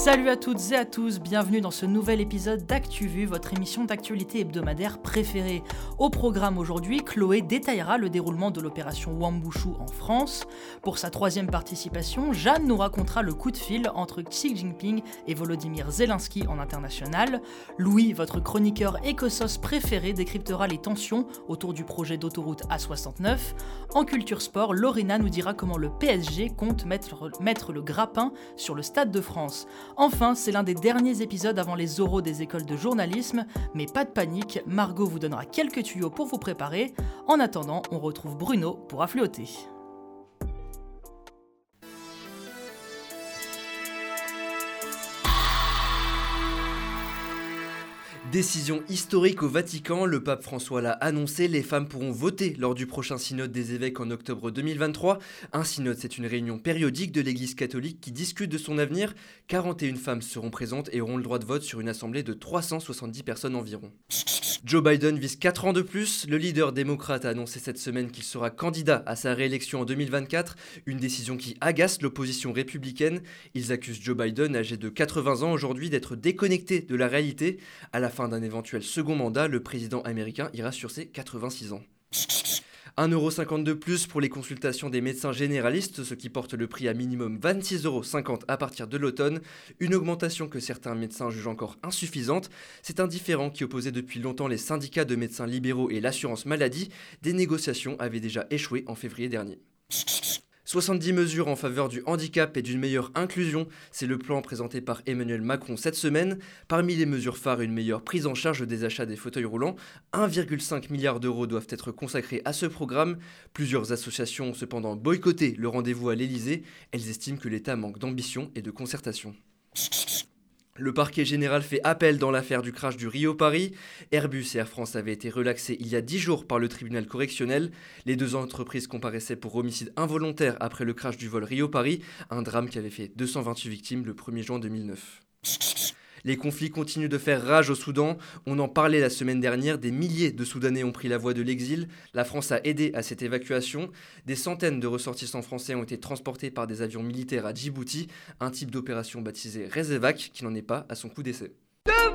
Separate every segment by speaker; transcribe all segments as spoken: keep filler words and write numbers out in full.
Speaker 1: Salut à toutes et à tous, bienvenue dans ce nouvel épisode d'ActuVu, votre émission d'actualité hebdomadaire préférée. Au programme aujourd'hui, Chloé détaillera le déroulement de l'opération Wambushu en France. Pour sa troisième participation, Jeanne nous racontera le coup de fil entre Xi Jinping et Volodymyr Zelensky en international. Louis, votre chroniqueur écossos préféré, décryptera les tensions autour du projet d'autoroute A soixante-neuf. En culture sport, Lorena nous dira comment le P S G compte mettre, mettre le grappin sur le Stade de France. Enfin, c'est l'un des derniers épisodes avant les oraux des écoles de journalisme, mais pas de panique, Margot vous donnera quelques tuyaux pour vous préparer. En attendant, on retrouve Bruno pour affluoter.
Speaker 2: Décision historique au Vatican, le pape François l'a annoncé, les femmes pourront voter lors du prochain synode des évêques en octobre deux mille vingt-trois. Un synode, c'est une réunion périodique de l'Église catholique qui discute de son avenir. quarante et une femmes seront présentes et auront le droit de vote sur une assemblée de trois cent soixante-dix personnes environ. Joe Biden vise quatre ans de plus. Le leader démocrate a annoncé cette semaine qu'il sera candidat à sa réélection en deux mille vingt-quatre, une décision qui agace l'opposition républicaine. Ils accusent Joe Biden, âgé de quatre-vingts ans aujourd'hui, d'être déconnecté de la réalité. À la fin d'un éventuel second mandat, le président américain ira sur ses quatre-vingt-six ans. un euro cinquante de plus pour les consultations des médecins généralistes, ce qui porte le prix à minimum vingt-six euros cinquante à partir de l'automne. Une augmentation que certains médecins jugent encore insuffisante. C'est un différend qui opposait depuis longtemps les syndicats de médecins libéraux et l'assurance maladie. Des négociations avaient déjà échoué en février dernier. soixante-dix mesures en faveur du handicap et d'une meilleure inclusion, c'est le plan présenté par Emmanuel Macron cette semaine. Parmi les mesures phares, une meilleure prise en charge des achats des fauteuils roulants. un virgule cinq milliard d'euros doivent être consacrés à ce programme. Plusieurs associations ont cependant boycotté le rendez-vous à l'Elysée. Elles estiment que l'État manque d'ambition et de concertation. Le parquet général fait appel dans l'affaire du crash du Rio-Paris. Airbus et Air France avaient été relaxés il y a dix jours par le tribunal correctionnel. Les deux entreprises comparaissaient pour homicide involontaire après le crash du vol Rio-Paris, un drame qui avait fait deux cent vingt-huit victimes le premier juin deux mille neuf. Les conflits continuent de faire rage au Soudan. On en parlait la semaine dernière, des milliers de Soudanais ont pris la voie de l'exil. La France a aidé à cette évacuation. Des centaines de ressortissants français ont été transportés par des avions militaires à Djibouti, un type d'opération baptisé Resevac qui n'en est pas à son coup d'essai.
Speaker 3: Debout !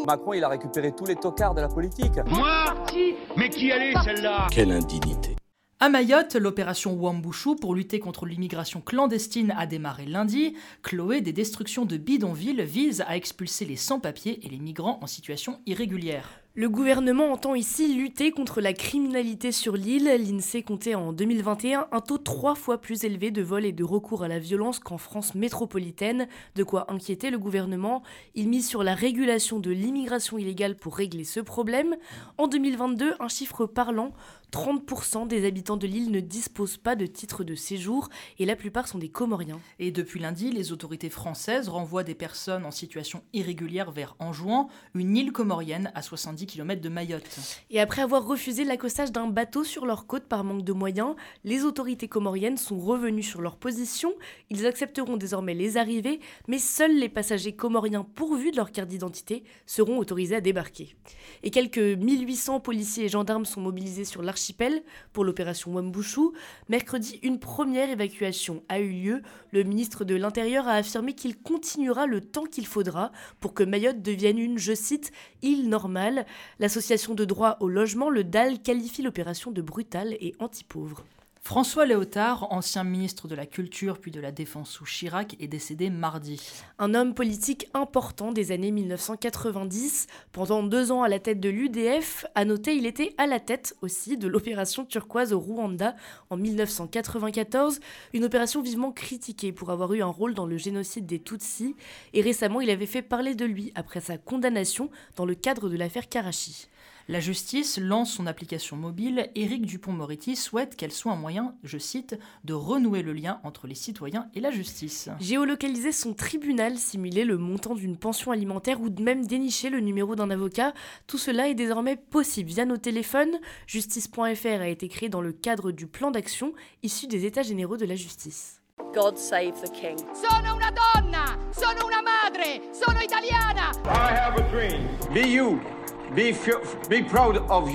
Speaker 3: Macron, il a récupéré tous les tocards de la politique.
Speaker 4: Moi ? Mais qui allait celle-là ?
Speaker 5: Quelle indignité.
Speaker 1: À Mayotte, l'opération Wambushu pour lutter contre l'immigration clandestine a démarré lundi. Chloé, des destructions de bidonvilles visent à expulser les sans-papiers et les migrants en situation irrégulière.
Speaker 6: Le gouvernement entend ici lutter contre la criminalité sur l'île. L'INSEE comptait en deux mille vingt et un un taux trois fois plus élevé de vols et de recours à la violence qu'en France métropolitaine. De quoi inquiéter le gouvernement. Il mise sur la régulation de l'immigration illégale pour régler ce problème. En deux mille vingt-deux, un chiffre parlant, trente pour cent des habitants de l'île ne disposent pas de titre de séjour et la plupart sont des Comoriens.
Speaker 1: Et depuis lundi, les autorités françaises renvoient des personnes en situation irrégulière vers Anjouan, une île comorienne à soixante-dix kilomètres de Mayotte.
Speaker 6: Et après avoir refusé l'accostage d'un bateau sur leur côte par manque de moyens, les autorités comoriennes sont revenues sur leur position. Ils accepteront désormais les arrivées, mais seuls les passagers comoriens pourvus de leur carte d'identité seront autorisés à débarquer. Et quelques mille huit cents policiers et gendarmes sont mobilisés sur l'archipel pour l'opération Wambushu. Mercredi, une première évacuation a eu lieu. Le ministre de l'Intérieur a affirmé qu'il continuera le temps qu'il faudra pour que Mayotte devienne une, je cite, île normale. L'association de droit au logement, le D A L, qualifie l'opération de brutale et anti-pauvre.
Speaker 1: François Léotard, ancien ministre de la Culture puis de la Défense sous Chirac, est décédé mardi.
Speaker 6: Un homme politique important des années mille neuf cent quatre-vingt-dix. Pendant deux ans à la tête de l'U D F, à noter, il était à la tête aussi de l'opération turquoise au Rwanda en mille neuf cent quatre-vingt-quatorze, une opération vivement critiquée pour avoir eu un rôle dans le génocide des Tutsis. Et récemment, il avait fait parler de lui après sa condamnation dans le cadre de l'affaire Karachi.
Speaker 1: La justice lance son application mobile. Éric Dupond-Moretti souhaite qu'elle soit un moyen, je cite, de renouer le lien entre les citoyens et la justice.
Speaker 6: Géolocaliser son tribunal, simuler le montant d'une pension alimentaire ou même dénicher le numéro d'un avocat, tout cela est désormais possible via nos téléphones. Justice point F R a été créé dans le cadre du plan d'action issu des États généraux de la justice.
Speaker 7: God save the king.
Speaker 8: Sono una donna, sono una madre, sono italiana.
Speaker 9: I have a dream. Be you. Be, f- be proud of you.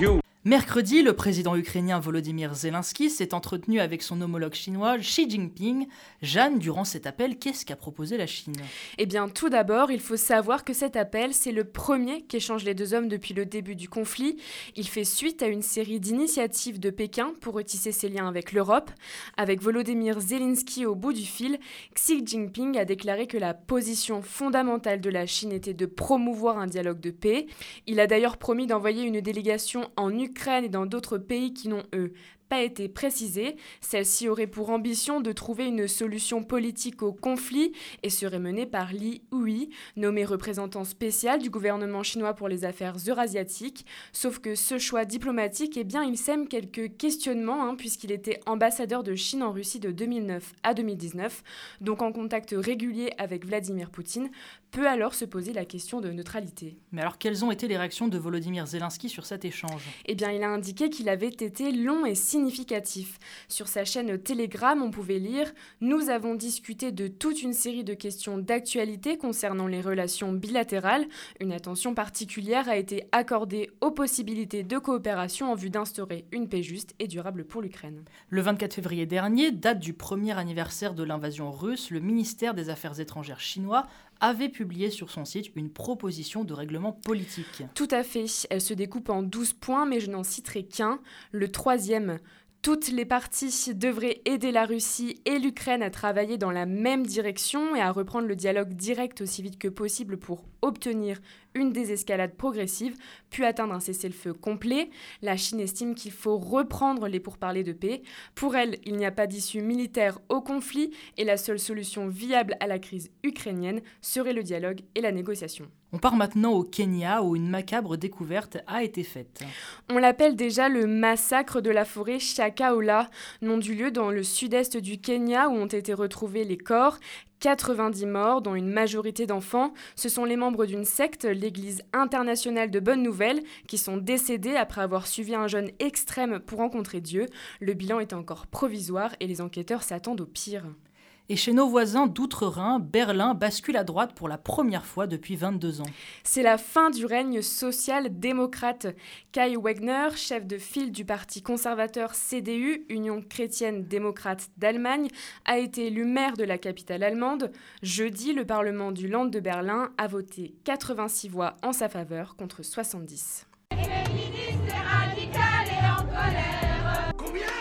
Speaker 1: Mercredi, le président ukrainien Volodymyr Zelensky s'est entretenu avec son homologue chinois Xi Jinping. Jeanne, durant cet appel, qu'est-ce qu'a proposé la Chine ?
Speaker 5: Eh bien, tout d'abord, il faut savoir que cet appel, c'est le premier qu'échangent les deux hommes depuis le début du conflit. Il fait suite à une série d'initiatives de Pékin pour retisser ses liens avec l'Europe. Avec Volodymyr Zelensky au bout du fil, Xi Jinping a déclaré que la position fondamentale de la Chine était de promouvoir un dialogue de paix. Il a d'ailleurs promis d'envoyer une délégation en Ukraine Ukraine et dans d'autres pays qui n'ont, eux, pas été précisée. Celle-ci aurait pour ambition de trouver une solution politique au conflit et serait menée par Li Hui, nommé représentant spécial du gouvernement chinois pour les affaires eurasiatiques. Sauf que ce choix diplomatique, eh bien, il sème quelques questionnements, hein, puisqu'il était ambassadeur de Chine en Russie de deux mille neuf à deux mille dix-neuf, donc en contact régulier avec Vladimir Poutine. Peut alors se poser la question de neutralité.
Speaker 1: Mais alors, quelles ont été les réactions de Volodymyr Zelensky sur cet échange ?
Speaker 5: Eh bien, il a indiqué qu'il avait été long et significatif. Sur sa chaîne Telegram, on pouvait lire « Nous avons discuté de toute une série de questions d'actualité concernant les relations bilatérales. Une attention particulière a été accordée aux possibilités de coopération en vue d'instaurer une paix juste et durable pour l'Ukraine. »
Speaker 1: Le vingt-quatre février dernier, date du premier anniversaire de l'invasion russe, le ministère des Affaires étrangères chinois avait publié sur son site une proposition de règlement politique.
Speaker 5: Tout à fait. Elle se découpe en douze points, mais je n'en citerai qu'un. Le troisième, toutes les parties devraient aider la Russie et l'Ukraine à travailler dans la même direction et à reprendre le dialogue direct aussi vite que possible pour obtenir une désescalade progressive, puis atteindre un cessez-le-feu complet. La Chine estime qu'il faut reprendre les pourparlers de paix. Pour elle, il n'y a pas d'issue militaire au conflit et la seule solution viable à la crise ukrainienne serait le dialogue et la négociation.
Speaker 1: On part maintenant au Kenya où une macabre découverte a été faite.
Speaker 5: On l'appelle déjà le massacre de la forêt Shakahola, nom du lieu dans le sud-est du Kenya où ont été retrouvés les corps. quatre-vingt-dix morts, dont une majorité d'enfants. Ce sont les membres d'une secte, l'Église internationale de Bonne Nouvelle, qui sont décédés après avoir suivi un jeûne extrême pour rencontrer Dieu. Le bilan est encore provisoire et les enquêteurs s'attendent au pire.
Speaker 1: Et chez nos voisins d'outre-Rhin, Berlin bascule à droite pour la première fois depuis vingt-deux ans.
Speaker 5: C'est la fin du règne social-démocrate. Kai Wegner, chef de file du parti conservateur C D U, Union chrétienne démocrate d'Allemagne, a été élu maire de la capitale allemande. Jeudi, le Parlement du Land de Berlin a voté quatre-vingt-six voix en sa faveur contre soixante-dix.
Speaker 8: Et les ministres radicaux et en colère.
Speaker 4: Combien ?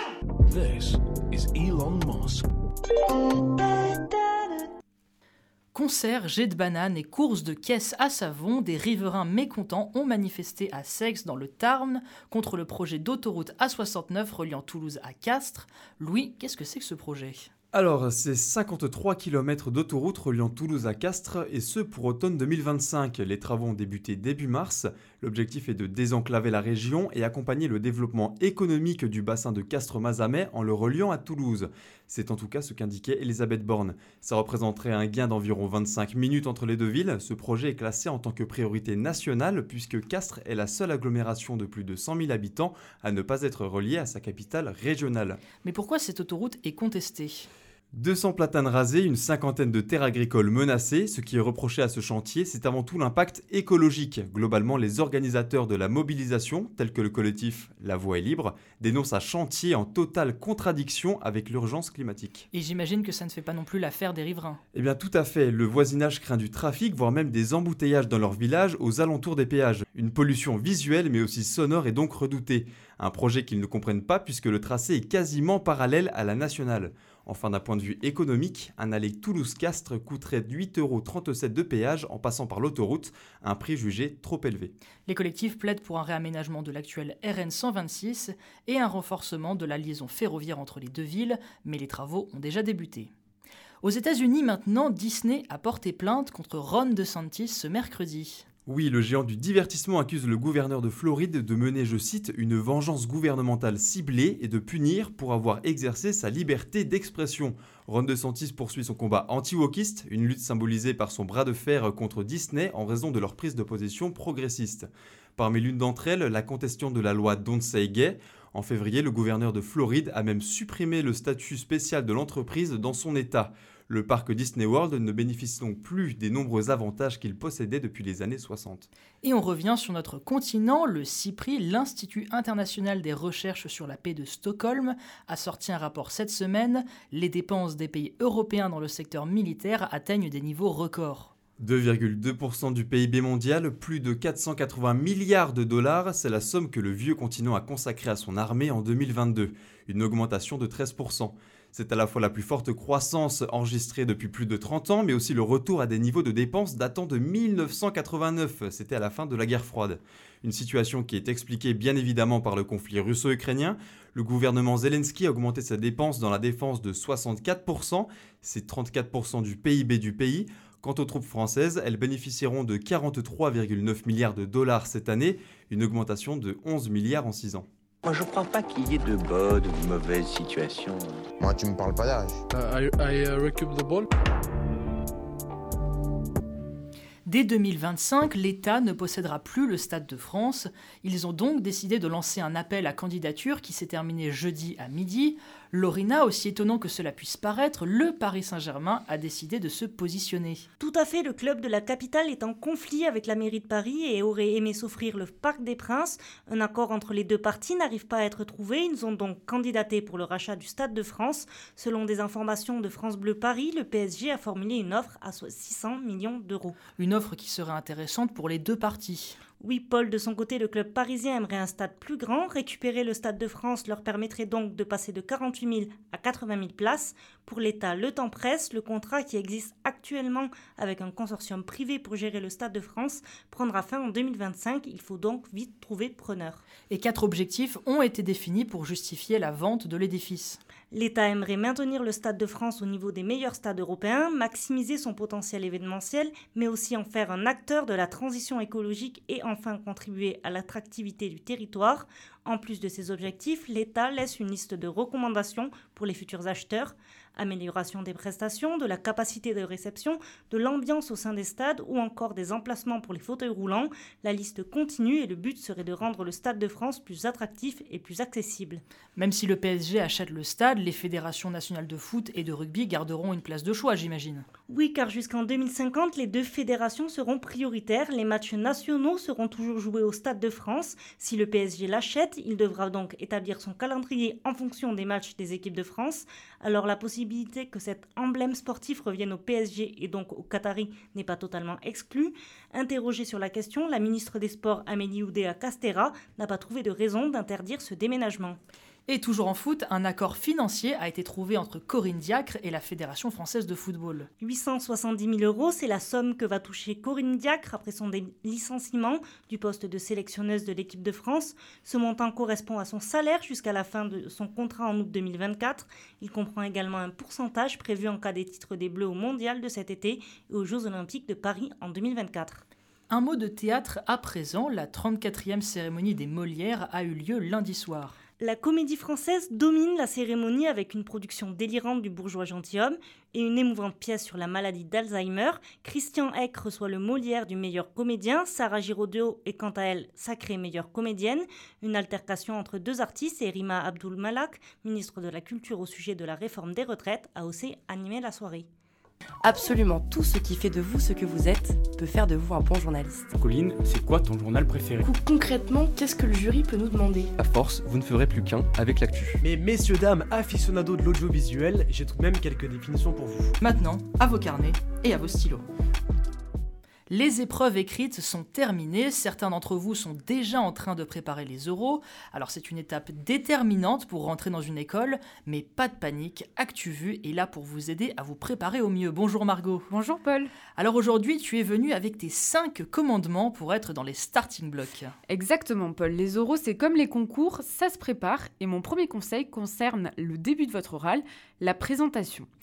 Speaker 7: This is Elon Musk.
Speaker 1: Concerts, jets de bananes et courses de caisses à savon, des riverains mécontents ont manifesté à Seix dans le Tarn contre le projet d'autoroute A soixante-neuf reliant Toulouse à Castres. Louis, qu'est-ce que c'est que ce projet ?
Speaker 9: Alors, c'est cinquante-trois kilomètres d'autoroute reliant Toulouse à Castres, et ce pour automne deux mille vingt-cinq. Les travaux ont débuté début mars. L'objectif est de désenclaver la région et accompagner le développement économique du bassin de Castres-Mazamet en le reliant à Toulouse. C'est en tout cas ce qu'indiquait Elisabeth Borne. Ça représenterait un gain d'environ vingt-cinq minutes entre les deux villes. Ce projet est classé en tant que priorité nationale puisque Castres est la seule agglomération de plus de cent mille habitants à ne pas être reliée à sa capitale régionale.
Speaker 1: Mais pourquoi cette autoroute est contestée ?
Speaker 9: deux cents platanes rasées, une cinquantaine de terres agricoles menacées. Ce qui est reproché à ce chantier, c'est avant tout l'impact écologique. Globalement, les organisateurs de la mobilisation, tels que le collectif La Voix est libre, dénoncent un chantier en totale contradiction avec l'urgence climatique.
Speaker 1: Et j'imagine que ça ne fait pas non plus l'affaire des riverains.
Speaker 9: Eh bien tout à fait, le voisinage craint du trafic, voire même des embouteillages dans leur village aux alentours des péages. Une pollution visuelle mais aussi sonore est donc redoutée. Un projet qu'ils ne comprennent pas puisque le tracé est quasiment parallèle à la nationale. Enfin, d'un point de vue économique, un aller Toulouse-Castres coûterait huit euros trente-sept de péage en passant par l'autoroute, un prix jugé trop élevé.
Speaker 1: Les collectifs plaident pour un réaménagement de l'actuel R N cent vingt-six et un renforcement de la liaison ferroviaire entre les deux villes, mais les travaux ont déjà débuté. Aux États-Unis maintenant, Disney a porté plainte contre Ron DeSantis ce mercredi.
Speaker 9: Oui, le géant du divertissement accuse le gouverneur de Floride de mener, je cite, une vengeance gouvernementale ciblée et de punir pour avoir exercé sa liberté d'expression. Ron DeSantis poursuit son combat anti-wokiste, une lutte symbolisée par son bras de fer contre Disney en raison de leur prise de position progressiste. Parmi l'une d'entre elles, la contestation de la loi Don't Say Gay. En février, le gouverneur de Floride a même supprimé le statut spécial de l'entreprise dans son État. Le parc Disney World ne bénéficie donc plus des nombreux avantages qu'il possédait depuis les années soixante.
Speaker 1: Et on revient sur notre continent. Le CIPRI, l'Institut international des recherches sur la paix de Stockholm, a sorti un rapport cette semaine. Les dépenses des pays européens dans le secteur militaire atteignent des niveaux records.
Speaker 9: deux virgule deux pour cent du P I B mondial, plus de quatre cent quatre-vingts milliards de dollars, c'est la somme que le vieux continent a consacrée à son armée en deux mille vingt-deux, une augmentation de treize pour cent. C'est à la fois la plus forte croissance enregistrée depuis plus de trente ans, mais aussi le retour à des niveaux de dépenses datant de mille neuf cent quatre-vingt-neuf, c'était à la fin de la guerre froide. Une situation qui est expliquée bien évidemment par le conflit russo-ukrainien. Le gouvernement Zelensky a augmenté sa dépense dans la défense de soixante-quatre pour cent, c'est trente-quatre pour cent du P I B du pays. Quant aux troupes françaises, elles bénéficieront de quarante-trois virgule neuf milliards de dollars cette année, une augmentation de onze milliards en six ans.
Speaker 10: Moi, je crois pas qu'il y ait de bonnes ou de mauvaises situations.
Speaker 11: Moi, tu me parles pas d'âge.
Speaker 12: Uh, I, I uh, recoup the ball.
Speaker 1: Dès deux mille vingt-cinq, l'État ne possédera plus le Stade de France. Ils ont donc décidé de lancer un appel à candidature qui s'est terminé jeudi à midi. Lorina, aussi étonnant que cela puisse paraître, le Paris Saint-Germain a décidé de se positionner.
Speaker 13: Tout à fait, le club de la capitale est en conflit avec la mairie de Paris et aurait aimé s'offrir le Parc des Princes. Un accord entre les deux parties n'arrive pas à être trouvé. Ils ont donc candidaté pour le rachat du Stade de France. Selon des informations de France Bleu Paris, le P S G a formulé une offre à six cents millions d'euros.
Speaker 1: Une offre qui serait intéressante pour les deux parties.
Speaker 13: Oui, Paul, de son côté, le club parisien aimerait un stade plus grand. Récupérer le Stade de France leur permettrait donc de passer de quarante-huit mille à quatre-vingt mille places. Pour l'État, le temps presse. Le contrat qui existe actuellement avec un consortium privé pour gérer le Stade de France prendra fin en deux mille vingt-cinq. Il faut donc vite trouver preneur.
Speaker 1: Et quatre objectifs ont été définis pour justifier la vente de l'édifice.
Speaker 13: L'État aimerait maintenir le Stade de France au niveau des meilleurs stades européens, maximiser son potentiel événementiel, mais aussi en faire un acteur de la transition écologique et enfin contribuer à l'attractivité du territoire. En plus de ces objectifs, l'État laisse une liste de recommandations pour les futurs acheteurs. Amélioration des prestations, de la capacité de réception, de l'ambiance au sein des stades ou encore des emplacements pour les fauteuils roulants. La liste continue et le but serait de rendre le Stade de France plus attractif et plus accessible.
Speaker 1: Même si le P S G achète le stade, les fédérations nationales de foot et de rugby garderont une place de choix, j'imagine.
Speaker 13: Oui, car jusqu'en deux mille cinquante, les deux fédérations seront prioritaires. Les matchs nationaux seront toujours joués au Stade de France. Si le P S G l'achète, il devra donc établir son calendrier en fonction des matchs des équipes de France. Alors la possibilité que cet emblème sportif revienne au P S G et donc aux Qataris n'est pas totalement exclue. Interrogée sur la question, la ministre des Sports Amélie Oudéa-Castéra n'a pas trouvé de raison d'interdire ce déménagement.
Speaker 1: Et toujours en foot, un accord financier a été trouvé entre Corinne Diacre et la Fédération française de football.
Speaker 13: huit cent soixante-dix mille euros, c'est la somme que va toucher Corinne Diacre après son licenciement du poste de sélectionneuse de l'équipe de France. Ce montant correspond à son salaire jusqu'à la fin de son contrat en août deux mille vingt-quatre. Il comprend également un pourcentage prévu en cas des titres des Bleus au Mondial de cet été et aux Jeux Olympiques de Paris en deux mille vingt-quatre.
Speaker 1: Un mot de théâtre à présent, la trente-quatrième cérémonie des Molières a eu lieu lundi soir.
Speaker 13: La comédie française domine la cérémonie avec une production délirante du bourgeois gentilhomme et une émouvante pièce sur la maladie d'Alzheimer. Christian Eck reçoit le Molière du meilleur comédien, Sarah Giraudot est quant à elle sacrée meilleure comédienne. Une altercation entre deux artistes et Rima Abdul Malak, ministre de la Culture au sujet de la réforme des retraites, a aussi animé la soirée.
Speaker 6: Absolument tout ce qui fait de vous ce que vous êtes peut faire de vous un bon journaliste.
Speaker 14: Colline, c'est quoi ton journal préféré ?
Speaker 5: Concrètement, qu'est-ce que le jury peut nous demander ?
Speaker 15: À force, vous ne ferez plus qu'un avec l'actu.
Speaker 16: Mais messieurs, dames, aficionados de l'audiovisuel, j'ai tout de même quelques définitions pour vous.
Speaker 1: Maintenant, à vos carnets et à vos stylos. Les épreuves écrites sont terminées, certains d'entre vous sont déjà en train de préparer les oraux, alors c'est une étape déterminante pour rentrer dans une école, mais pas de panique, ActuVu est là pour vous aider à vous préparer au mieux. Bonjour Margot.
Speaker 5: Bonjour Paul.
Speaker 1: Alors aujourd'hui tu es venue avec tes cinq commandements pour être dans les starting blocks.
Speaker 5: Exactement Paul, les oraux c'est comme les concours, ça se prépare, et mon premier conseil concerne le début de votre oral, la présentation.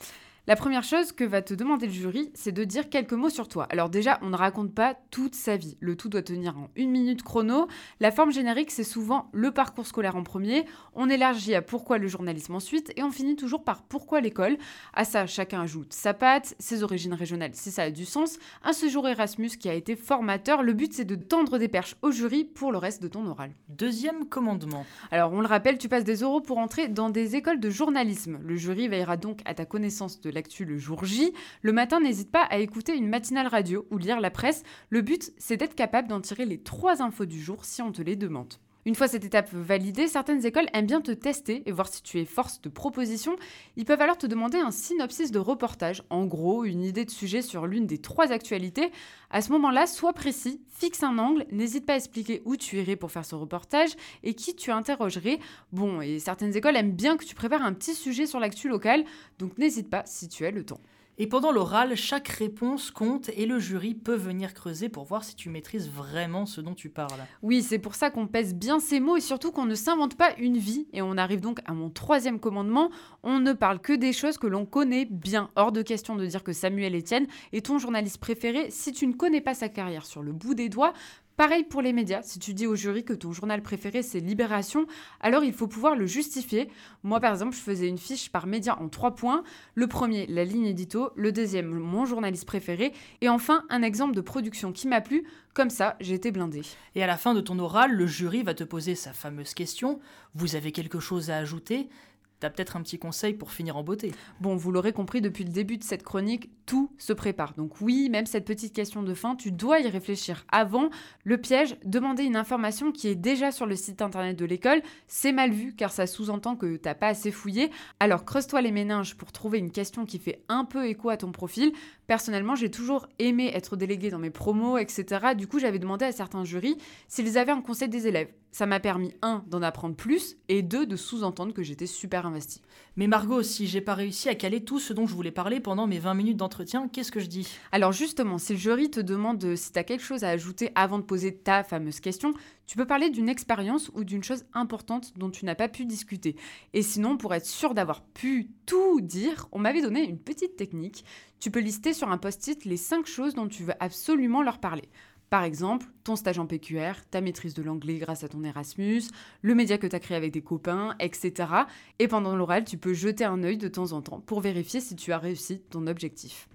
Speaker 5: La première chose que va te demander le jury, c'est de dire quelques mots sur toi. Alors déjà, on ne raconte pas toute sa vie. Le tout doit tenir en une minute chrono. La forme générique, c'est souvent le parcours scolaire en premier. On élargit à pourquoi le journalisme ensuite et on finit toujours par pourquoi l'école. À ça, chacun ajoute sa patte, ses origines régionales si ça a du sens, un séjour Erasmus qui a été formateur. Le but, c'est de tendre des perches au jury pour le reste de ton oral.
Speaker 1: Deuxième commandement.
Speaker 5: Alors, on le rappelle, tu passes des oraux pour entrer dans des écoles de journalisme. Le jury veillera donc à ta connaissance de l'actu le jour J. Le matin, n'hésite pas à écouter une matinale radio ou lire la presse. Le but, c'est d'être capable d'en tirer les trois infos du jour si on te les demande. Une fois cette étape validée, certaines écoles aiment bien te tester et voir si tu es force de proposition. Ils peuvent alors te demander un synopsis de reportage, en gros, une idée de sujet sur l'une des trois actualités. À ce moment-là, sois précis, fixe un angle, n'hésite pas à expliquer où tu irais pour faire ce reportage et qui tu interrogerais. Bon, et certaines écoles aiment bien que tu prépares un petit sujet sur l'actu locale, donc n'hésite pas si tu as le temps.
Speaker 1: Et pendant l'oral, chaque réponse compte et le jury peut venir creuser pour voir si tu maîtrises vraiment ce dont tu parles.
Speaker 5: Oui, c'est pour ça qu'on pèse bien ces mots et surtout qu'on ne s'invente pas une vie. Et on arrive donc à mon troisième commandement, on ne parle que des choses que l'on connaît bien. Hors de question de dire que Samuel Etienne est ton journaliste préféré si tu ne connais pas sa carrière sur le bout des doigts. Pareil pour les médias, si tu dis au jury que ton journal préféré c'est Libération, alors il faut pouvoir le justifier. Moi par exemple, je faisais une fiche par média en trois points. Le premier, la ligne édito, le deuxième, mon journaliste préféré, et enfin un exemple de production qui m'a plu. Comme ça, j'ai été blindée.
Speaker 1: Et à la fin de ton oral, le jury va te poser sa fameuse question. Vous avez quelque chose à ajouter ? T'as peut-être un petit conseil pour finir en beauté.
Speaker 5: Bon, vous l'aurez compris depuis le début de cette chronique, tout se prépare. Donc oui, même cette petite question de fin, tu dois y réfléchir avant. Le piège, demander une information qui est déjà sur le site internet de l'école, c'est mal vu car ça sous-entend que t'as pas assez fouillé. Alors creuse-toi les méninges pour trouver une question qui fait un peu écho à ton profil. Personnellement, j'ai toujours aimé être déléguée dans mes promos, et cetera. Du coup, j'avais demandé à certains jurys s'ils avaient un conseil des élèves. Ça m'a permis, un, d'en apprendre plus, et deux, de sous-entendre que j'étais super investie.
Speaker 1: Mais Margot, si j'ai pas réussi à caler tout ce dont je voulais parler pendant mes vingt minutes d'entretien, qu'est-ce que je dis ?
Speaker 5: Alors justement, si le jury te demande si t'as quelque chose à ajouter avant de poser ta fameuse question, tu peux parler d'une expérience ou d'une chose importante dont tu n'as pas pu discuter. Et sinon, pour être sûr d'avoir pu tout dire, on m'avait donné une petite technique. Tu peux lister sur un post-it les cinq choses dont tu veux absolument leur parler. Par exemple, ton stage en P Q R, ta maîtrise de l'anglais grâce à ton Erasmus, le média que tu as créé avec des copains, et cetera. Et pendant l'oral, tu peux jeter un œil de temps en temps pour vérifier si tu as réussi ton objectif.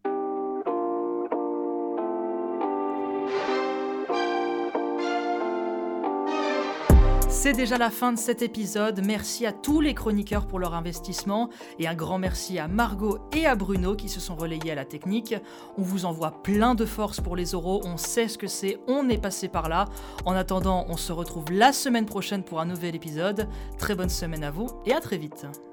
Speaker 1: C'est déjà la fin de cet épisode. Merci à tous les chroniqueurs pour leur investissement et un grand merci à Margot et à Bruno qui se sont relayés à la technique. On vous envoie plein de force pour les oraux, on sait ce que c'est, on est passé par là. En attendant, on se retrouve la semaine prochaine pour un nouvel épisode. Très bonne semaine à vous et à très vite.